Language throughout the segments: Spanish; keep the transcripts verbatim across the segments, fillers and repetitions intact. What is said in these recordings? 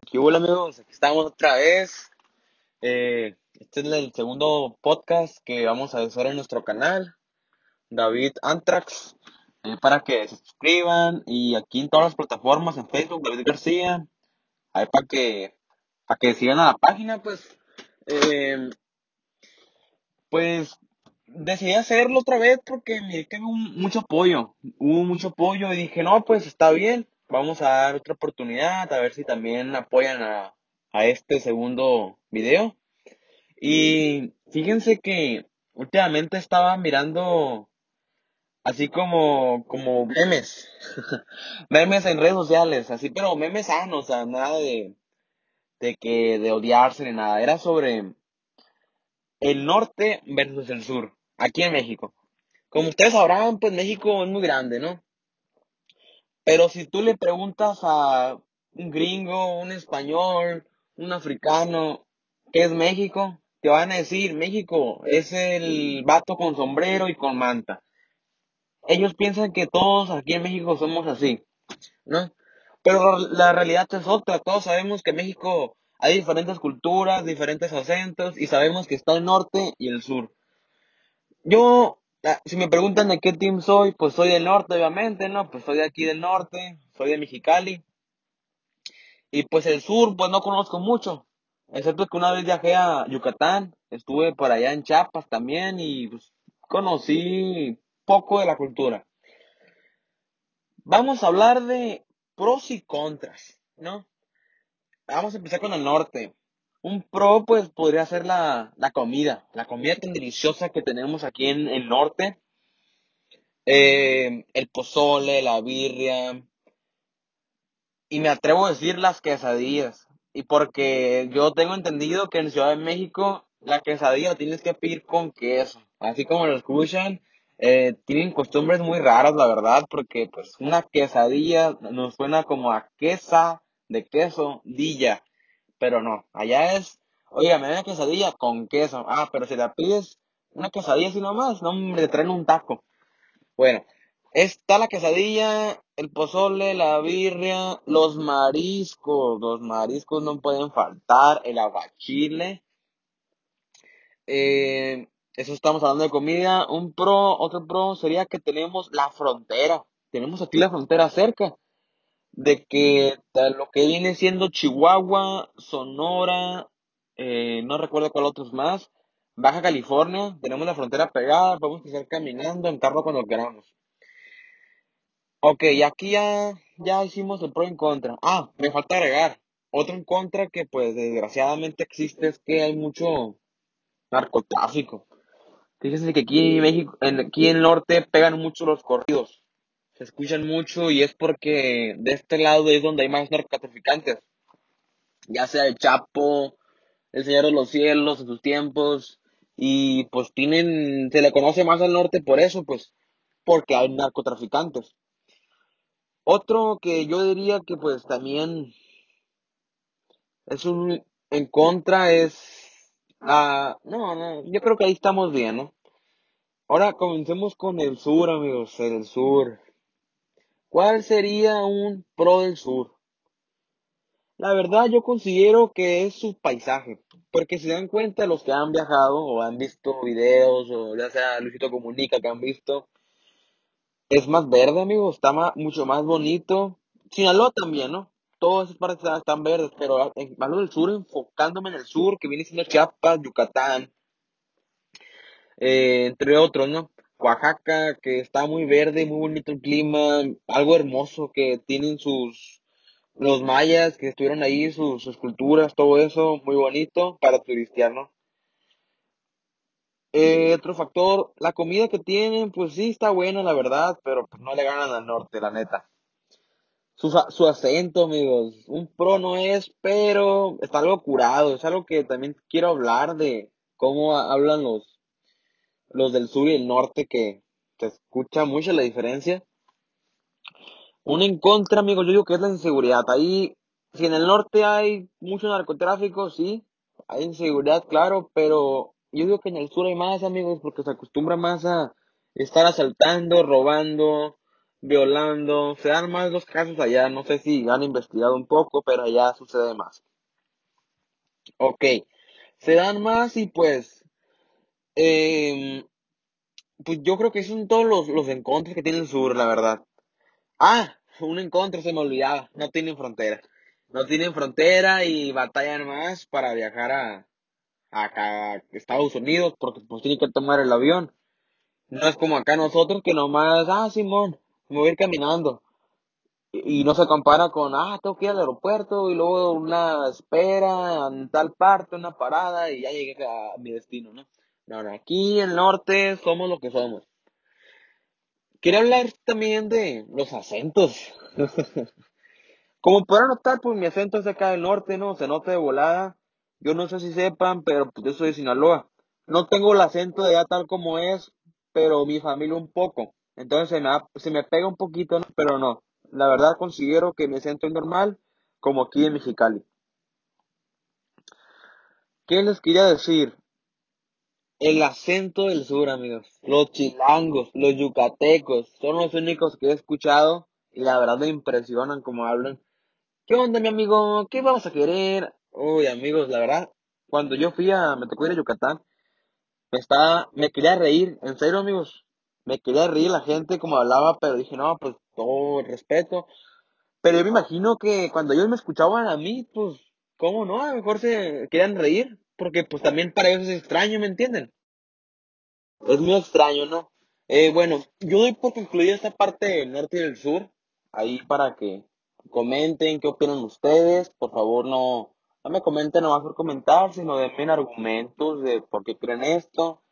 ¿Qué hola amigos? Aquí estamos otra vez. Eh, este es el segundo podcast que vamos a hacer en nuestro canal, David Antrax, eh, para que se suscriban y aquí en todas las plataformas, en Facebook, David García, ahí para que, para que sigan a la página, pues, eh, pues decidí hacerlo otra vez porque miré que hubo mucho apoyo, hubo mucho apoyo y dije, no, pues está bien, vamos a dar otra oportunidad, a ver si también apoyan a, a este segundo video. Y fíjense que últimamente estaba mirando así como, como memes, memes en redes sociales, así, pero memes sanos, o sea, nada de, de que, de odiarse ni nada, era sobre el norte versus el sur, aquí en México. Como ustedes sabrán, pues México es muy grande, ¿no? Pero si tú le preguntas a un gringo, un español, un africano, ¿qué es México? Te van a decir, México es el vato con sombrero y con manta. Ellos piensan que todos aquí en México somos así, ¿no? Pero la realidad es otra. Todos sabemos que en México hay diferentes culturas, diferentes acentos y sabemos que está el norte y el sur. Yo, ah, si me preguntan de qué team soy, pues soy del norte, obviamente, ¿no? Pues soy de aquí del norte, soy de Mexicali. Y pues el sur, pues no conozco mucho. Excepto que una vez viajé a Yucatán, estuve por allá en Chiapas también y pues conocí poco de la cultura. Vamos a hablar de pros y contras, ¿no? Vamos a empezar con el norte. Un pro, pues, podría ser la, la comida. La comida tan deliciosa que tenemos aquí en el norte. Eh, el pozole, la birria, y me atrevo a decir las quesadillas. Y porque yo tengo entendido que en Ciudad de México la quesadilla la tienes que pedir con queso. Así como lo escuchan, eh, tienen costumbres muy raras, la verdad, porque pues una quesadilla nos suena como a quesa de queso, dilla. Pero no, allá es, oiga, me da una quesadilla con queso. Ah, pero si la pides una quesadilla así nomás, no me traen un taco. Bueno, está la quesadilla, el pozole, la birria, los mariscos. Los mariscos no pueden faltar, el aguachile. Eh, eso estamos hablando de comida. Un pro, otro pro sería que tenemos la frontera. Tenemos aquí la frontera cerca. De que ta- lo que viene siendo Chihuahua, Sonora, eh, no recuerdo cuál otros más. Baja California, tenemos la frontera pegada, podemos pasar caminando en carro cuando queramos. Ok, y aquí ya, ya hicimos el pro y en contra. Ah, me falta agregar. Otro en contra que pues desgraciadamente existe es que hay mucho narcotráfico. Fíjense que aquí en México, en, aquí en el norte pegan mucho los corridos. Se escuchan mucho y es porque de este lado es donde hay más narcotraficantes. Ya sea el Chapo, el Señor de los Cielos en sus tiempos. Y pues tienen, se le conoce más al norte por eso, pues, porque hay narcotraficantes. Otro que yo diría que pues también es un en contra es ah no, no, yo creo que ahí estamos bien, ¿no? Ahora comencemos con el sur, amigos, el sur. ¿Cuál sería un pro del sur? La verdad yo considero que es su paisaje, porque si se dan cuenta los que han viajado o han visto videos o ya sea Luisito Comunica que han visto, es más verde, amigo, está ma- mucho más bonito. Sinaloa también, ¿no? Todas esas partes están, están verdes, pero en algo del sur, enfocándome en el sur, que viene siendo Chiapas, Yucatán, eh, entre otros, ¿no? Oaxaca, que está muy verde, muy bonito el clima, algo hermoso que tienen sus, los mayas que estuvieron ahí, sus, sus culturas, todo eso, muy bonito para turistear, ¿no? Eh, otro factor, la comida que tienen, pues sí está buena, la verdad, pero pues no le ganan al norte, la neta. Su, fa- su acento, amigos, un pro no es, pero está algo curado. Es algo que también quiero hablar de cómo ha- hablan los, los del sur y el norte, que se escucha mucho la diferencia. Un en contra, amigos, yo digo que es la inseguridad. Ahí, si en el norte hay mucho narcotráfico, sí, hay inseguridad, claro, pero yo digo que en el sur hay más, amigos, porque se acostumbra más a estar asaltando, robando. violando. Se dan más los casos allá, no sé si han investigado un poco, pero allá sucede más. Ok, se dan más y pues, em, pues yo creo que son todos los, los encuentros que tiene el sur, la verdad. Ah, un encuentro se me olvidaba, no tienen frontera. No tienen frontera y batallan más para viajar a, a, a Estados Unidos porque pues tienen que tomar el avión. No es como acá nosotros que nomás, ah, Simón, me voy a ir caminando. Y, y no se compara con, ah, tengo que ir al aeropuerto y luego una espera en tal parte, una parada y ya llegué a mi destino, ¿no? No, no, aquí en el norte somos lo que somos. Quería hablar también de los acentos. Como podrán notar, pues mi acento es de acá del norte, ¿no? Se nota de volada. Yo no sé si sepan, pero pues yo soy de Sinaloa. No tengo el acento de allá tal como es, pero mi familia un poco. Entonces se me, da- se me pega un poquito, ¿no? Pero no. La verdad considero que mi acento es normal, como aquí en Mexicali. ¿Qué les quería decir? El acento del sur, amigos. Los chilangos, los yucatecos, son los únicos que he escuchado y la verdad me impresionan como hablan. ¿Qué onda, mi amigo? ¿Qué vamos a querer? Uy, amigos, la verdad, cuando yo fui a, me tocó ir a Yucatán, me estaba, me quería reír, en serio, amigos, me quería reír la gente como hablaba, pero dije, no, pues todo el respeto. Pero yo me imagino que cuando ellos me escuchaban a mí, pues, ¿cómo no? A lo mejor se querían reír, porque pues también para ellos es extraño, ¿me entienden? Es muy extraño, ¿no? Eh, bueno, yo doy por concluida esta parte del norte y del sur, ahí para que comenten qué opinan ustedes. Por favor, no, no me comenten nomás por comentar, sino denme argumentos de por qué creen esto.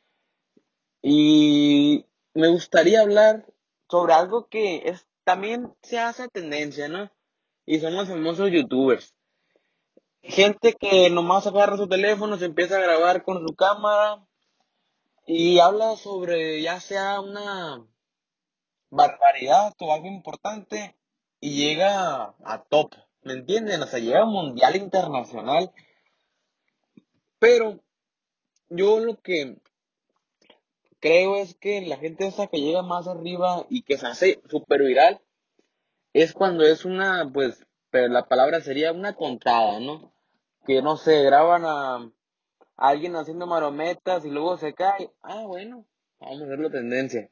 Y me gustaría hablar sobre algo que es, también se hace tendencia, ¿no? Y son los famosos youtubers. Gente que nomás agarra su teléfono, se empieza a grabar con su cámara y habla sobre ya sea una barbaridad o algo importante y llega a top, ¿me entienden? O sea, llega a mundial internacional, pero yo lo que creo es que la gente esa que llega más arriba y que se hace súper viral es cuando es una, pues, pero la palabra sería una contada, ¿no? Que no se graban a, a alguien haciendo marometas y luego se cae. Ah, bueno, vamos a hacerlo tendencia.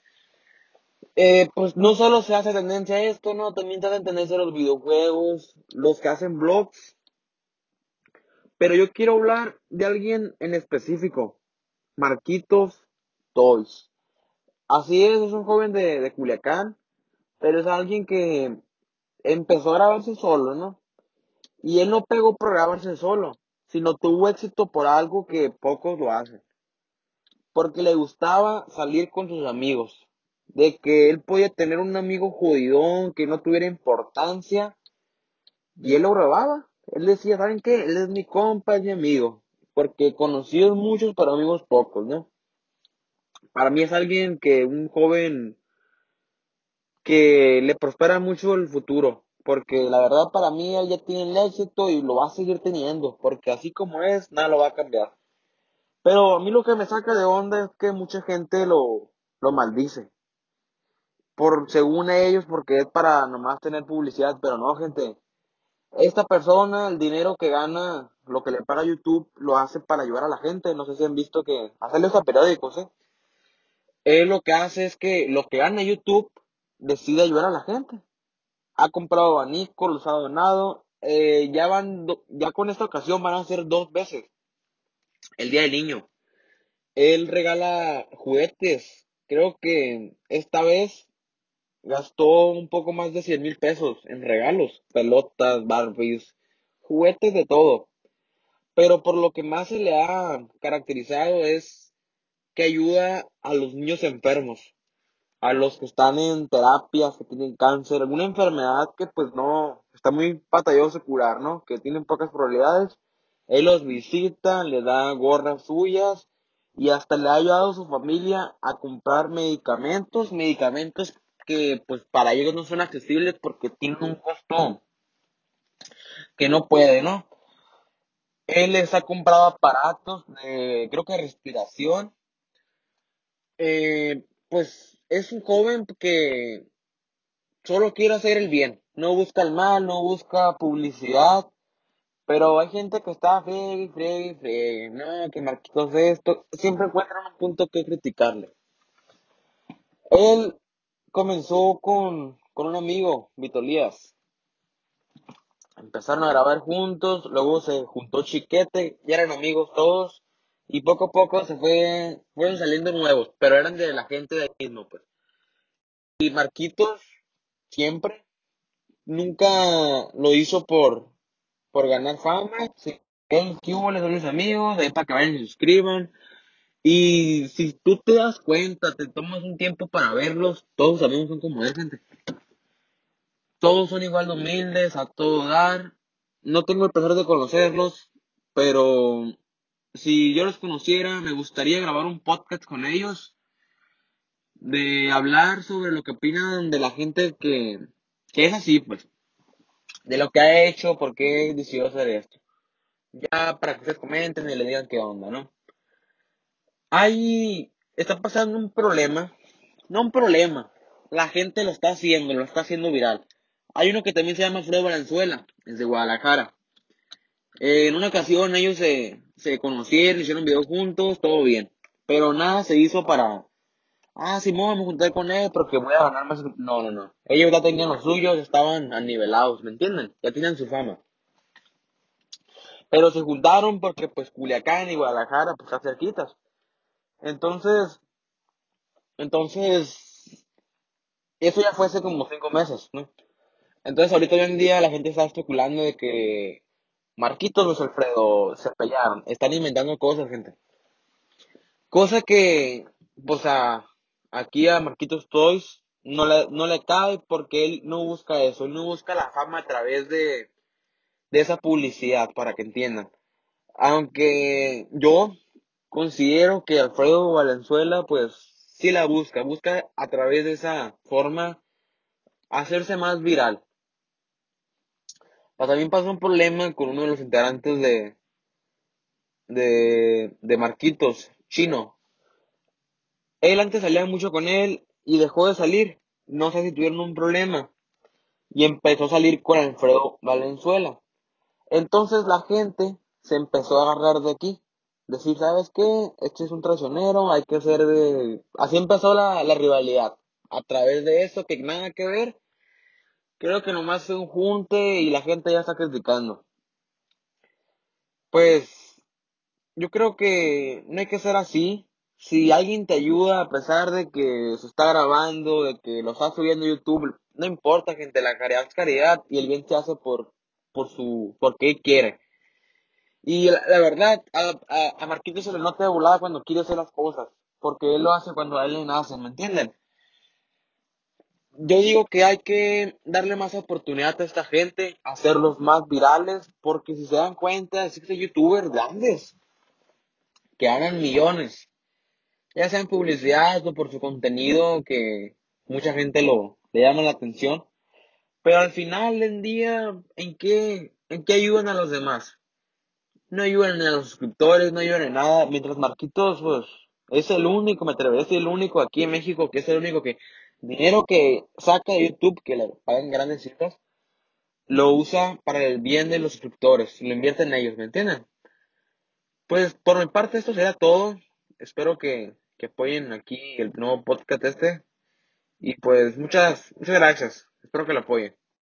Eh, pues no solo se hace tendencia a esto, ¿no? También se hacen tendencia a los videojuegos, los que hacen vlogs. Pero yo quiero hablar de alguien en específico, Marquitos Toys. Así es, es un joven de, de Culiacán, pero es alguien que empezó a grabarse solo, ¿no? Y él no pegó por grabarse solo, sino tuvo éxito por algo que pocos lo hacen. Porque le gustaba salir con sus amigos. De que él podía tener un amigo jodidón, que no tuviera importancia, y él lo grababa. Él decía, ¿saben qué? Él es mi compa, es mi amigo. Porque conocidos muchos, pero amigos pocos, ¿no? Para mí es alguien que, un joven que le prospera mucho el futuro. Porque la verdad para mí él ya tiene el éxito y lo va a seguir teniendo. Porque así como es, nada lo va a cambiar. Pero a mí lo que me saca de onda es que mucha gente lo, lo maldice. Por, según ellos, porque es para nomás tener publicidad. Pero no, gente. Esta persona, el dinero que gana, lo que le paga YouTube, lo hace para ayudar a la gente. No sé si han visto que hacerles a periódicos, ¿eh? Él lo que hace es que lo que gana YouTube decide ayudar a la gente. Ha comprado abanicos, los ha donado. Eh, ya van, do- ya con esta ocasión van a ser dos veces el Día del Niño. Él regala juguetes. Creo que esta vez gastó un poco más de cien mil pesos en regalos, pelotas, Barbies, juguetes de todo. Pero por lo que más se le ha caracterizado es que ayuda a los niños enfermos, a los que están en terapias, que tienen cáncer, alguna enfermedad que pues no, está muy batalloso de curar, ¿no? Que tienen pocas probabilidades. Él los visita, le da gorras suyas y hasta le ha ayudado a su familia a comprar medicamentos, medicamentos que pues para ellos no son accesibles porque tienen un costo que no puede, ¿no? Él les ha comprado aparatos de, creo que respiración. Eh, pues es un joven que solo quiere hacer el bien, no busca el mal, no busca publicidad, pero hay gente que está friegue, friegue, friegue, no, que Marquitos de esto, siempre encuentran un punto que criticarle. Él comenzó con, con un amigo, Vitolías. Empezaron a grabar juntos, luego se juntó Chiquete, ya eran amigos todos, y poco a poco se fue, fueron saliendo nuevos, pero eran de la gente de ahí mismo, pues. Y Marquitos siempre, nunca lo hizo por, por ganar fama, sí. Él, que hubo, les son mis amigos, de ahí para que vayan y se suscriban. Y si tú te das cuenta, te tomas un tiempo para verlos, todos sus amigos son como él, gente. Todos son igual de humildes, a todo dar. No tengo el placer de conocerlos, pero si yo los conociera, me gustaría grabar un podcast con ellos, de hablar sobre lo que opinan de la gente que, que es así, pues, de lo que ha hecho, por qué decidió hacer esto. Ya para que ustedes comenten y le digan qué onda, ¿no? Ahí está pasando un problema, no un problema, la gente lo está haciendo, lo está haciendo viral. Hay uno que también se llama Fredo Valenzuela, es de Guadalajara. Eh, en una ocasión ellos se, se conocieron, hicieron un video juntos, todo bien. Pero nada se hizo para, ah, Simón, me junté con él porque voy a ganar más. No, no, no. Ellos ya tenían los suyos, estaban anivelados, ¿me entienden? Ya tenían su fama. Pero se juntaron porque pues Culiacán y Guadalajara pues están cerquitas. Entonces, entonces, eso ya fue hace como cinco meses, ¿no? Entonces ahorita hoy en día la gente está especulando de que Marquitos y Luis Alfredo se pelearon. Están inventando cosas, gente. Cosa que, pues a, aquí a Marquitos Toys no le, no le cae porque él no busca eso, él no busca la fama a través de, de esa publicidad, para que entiendan. Aunque yo considero que Alfredo Valenzuela, pues sí la busca, busca a través de esa forma hacerse más viral. Pero también pasó un problema con uno de los integrantes de, de, de Marquitos, Chino. Él antes salía mucho con él y dejó de salir. No sé si tuvieron un problema. Y empezó a salir con Alfredo Valenzuela. Entonces la gente se empezó a agarrar de aquí. Decir, ¿sabes qué? Este es un traicionero, hay que ser de... Así empezó la, la rivalidad. A través de eso, que nada que ver. Creo que nomás fue un junte y la gente ya está criticando. Pues yo creo que no hay que ser así. Si alguien te ayuda a pesar de que se está grabando, de que lo está subiendo a YouTube, no importa, gente, la caridad es caridad y el bien se hace por, por su, porque él quiere. Y la, la verdad, a, a, a Marquito se le nota de volada cuando quiere hacer las cosas, porque él lo hace cuando a él le nace, ¿me entienden? Yo digo que hay que darle más oportunidad a esta gente, hacerlos más virales, porque si se dan cuenta, existen youtubers grandes que ganan millones, ya sea en publicidad o por su contenido que mucha gente lo le llama la atención, pero al final del día, ¿en qué, en qué ayudan a los demás? No ayudan a los suscriptores, no ayudan en nada, mientras Marquitos, pues, es el único, me atrevería a decir el único aquí en México, que es el único que dinero que saca de YouTube, que le pagan grandes cifras, lo usa para el bien de los suscriptores, lo invierte en ellos, ¿me entienden? Pues por mi parte esto será todo. Espero que, que apoyen aquí el nuevo podcast este. Y pues muchas, muchas gracias. Espero que lo apoyen.